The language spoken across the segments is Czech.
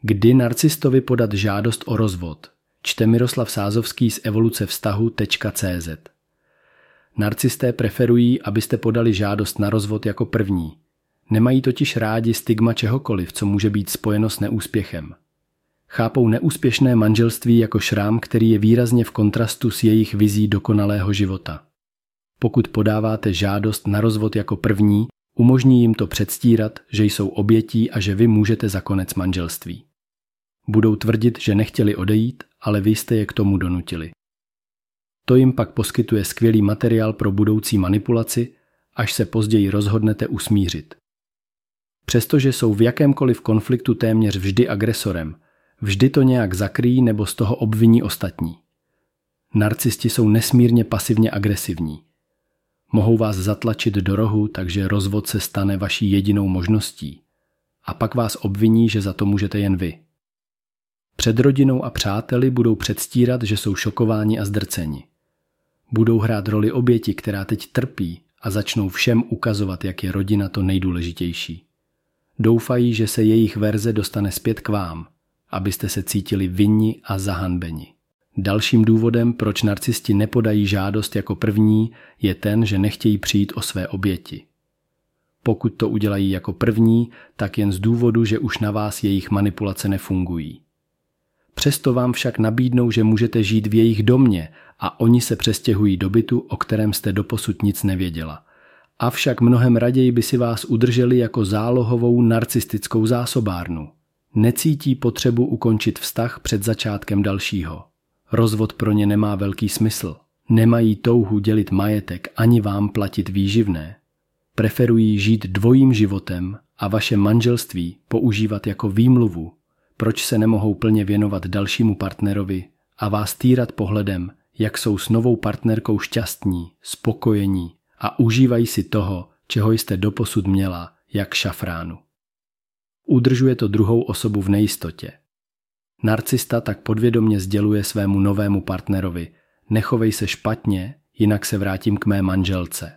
Kdy narcistovi podat žádost o rozvod? Čte Miroslav Sázovský z evolucevztahu.cz. Narcisté preferují, abyste podali žádost na rozvod jako první. Nemají totiž rádi stigma čehokoliv, co může být spojeno s neúspěchem. Chápou neúspěšné manželství jako šrám, který je výrazně v kontrastu s jejich vizí dokonalého života. Pokud podáváte žádost na rozvod jako první, umožní jim to předstírat, že jsou obětí a že vy můžete za konec manželství. Budou tvrdit, že nechtěli odejít, ale vy jste je k tomu donutili. To jim pak poskytuje skvělý materiál pro budoucí manipulaci, až se později rozhodnete usmířit. Přestože jsou v jakémkoliv konfliktu téměř vždy agresorem, vždy to nějak zakryjí nebo z toho obviní ostatní. Narcisti jsou nesmírně pasivně agresivní. Mohou vás zatlačit do rohu, takže rozvod se stane vaší jedinou možností. A pak vás obviní, že za to můžete jen vy. Před rodinou a přáteli budou předstírat, že jsou šokováni a zdrceni. Budou hrát roli oběti, která teď trpí, a začnou všem ukazovat, jak je rodina to nejdůležitější. Doufají, že se jejich verze dostane zpět k vám, abyste se cítili vinni a zahanbeni. Dalším důvodem, proč narcisti nepodají žádost jako první, je ten, že nechtějí přijít o své oběti. Pokud to udělají jako první, tak jen z důvodu, že už na vás jejich manipulace nefungují. Přesto vám však nabídnou, že můžete žít v jejich domě a oni se přestěhují do bytu, o kterém jste doposud nic nevěděla. Avšak mnohem raději by si vás udrželi jako zálohovou narcistickou zásobárnu. Necítí potřebu ukončit vztah před začátkem dalšího. Rozvod pro ně nemá velký smysl. Nemají touhu dělit majetek ani vám platit výživné. Preferují žít dvojím životem a vaše manželství používat jako výmluvu, proč se nemohou plně věnovat dalšímu partnerovi a vás týrat pohledem, jak jsou s novou partnerkou šťastní, spokojení a užívají si toho, čeho jste doposud měla, jak šafránu. Udržuje to druhou osobu v nejistotě. Narcista tak podvědomě sděluje svému novému partnerovi: nechovej se špatně, jinak se vrátím k mé manželce.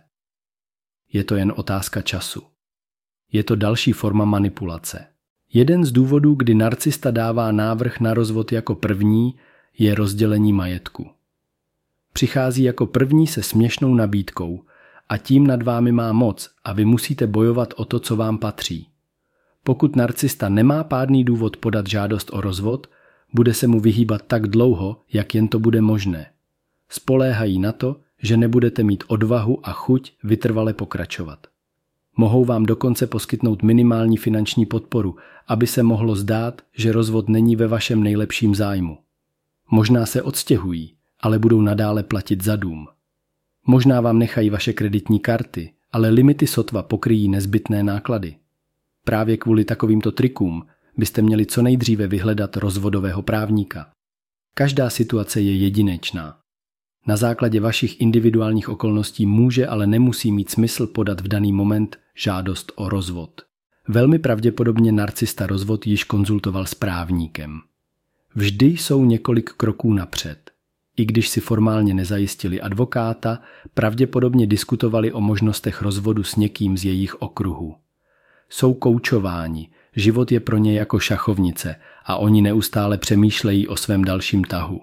Je to jen otázka času. Je to další forma manipulace. Jeden z důvodů, kdy narcista dává návrh na rozvod jako první, je rozdělení majetku. Přichází jako první se směšnou nabídkou a tím nad vámi má moc a vy musíte bojovat o to, co vám patří. Pokud narcista nemá pádný důvod podat žádost o rozvod, bude se mu vyhýbat tak dlouho, jak jen to bude možné. Spoléhají na to, že nebudete mít odvahu a chuť vytrvale pokračovat. Mohou vám dokonce poskytnout minimální finanční podporu, aby se mohlo zdát, že rozvod není ve vašem nejlepším zájmu. Možná se odstěhují, ale budou nadále platit za dům. Možná vám nechají vaše kreditní karty, ale limity sotva pokryjí nezbytné náklady. Právě kvůli takovýmto trikům byste měli co nejdříve vyhledat rozvodového právníka. Každá situace je jedinečná. Na základě vašich individuálních okolností může, ale nemusí mít smysl podat v daný moment žádost o rozvod. Velmi pravděpodobně narcista rozvod již konzultoval s právníkem. Vždy jsou několik kroků napřed. I když si formálně nezajistili advokáta, pravděpodobně diskutovali o možnostech rozvodu s někým z jejich okruhu. Jsou koučováni, život je pro ně jako šachovnice a oni neustále přemýšlejí o svém dalším tahu.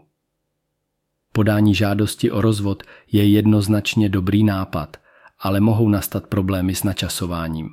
Podání žádosti o rozvod je jednoznačně dobrý nápad, ale mohou nastat problémy s načasováním.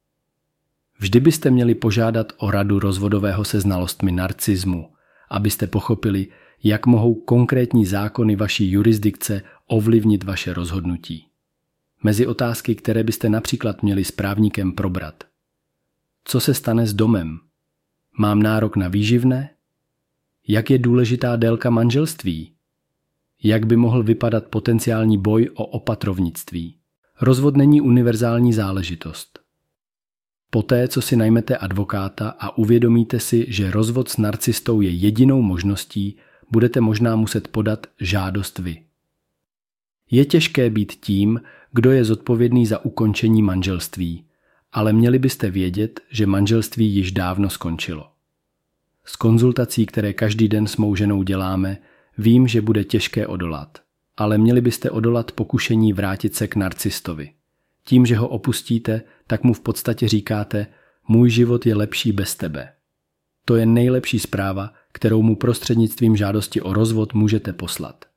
Vždy byste měli požádat o radu rozvodového se znalostmi narcismu, abyste pochopili, jak mohou konkrétní zákony vaší jurisdikce ovlivnit vaše rozhodnutí. Mezi otázky, které byste například měli s právníkem probrat. Co se stane s domem? Mám nárok na výživné? Jak je důležitá délka manželství? Jak by mohl vypadat potenciální boj o opatrovnictví? Rozvod není univerzální záležitost. Poté, co si najmete advokáta a uvědomíte si, že rozvod s narcistou je jedinou možností, budete možná muset podat žádost vy. Je těžké být tím, kdo je zodpovědný za ukončení manželství, ale měli byste vědět, že manželství již dávno skončilo. Z konzultací, které každý den s mou ženou děláme, vím, že bude těžké odolat, ale měli byste odolat pokušení vrátit se k narcistovi. Tím, že ho opustíte, tak mu v podstatě říkáte: můj život je lepší bez tebe. To je nejlepší zpráva, kterou mu prostřednictvím žádosti o rozvod můžete poslat.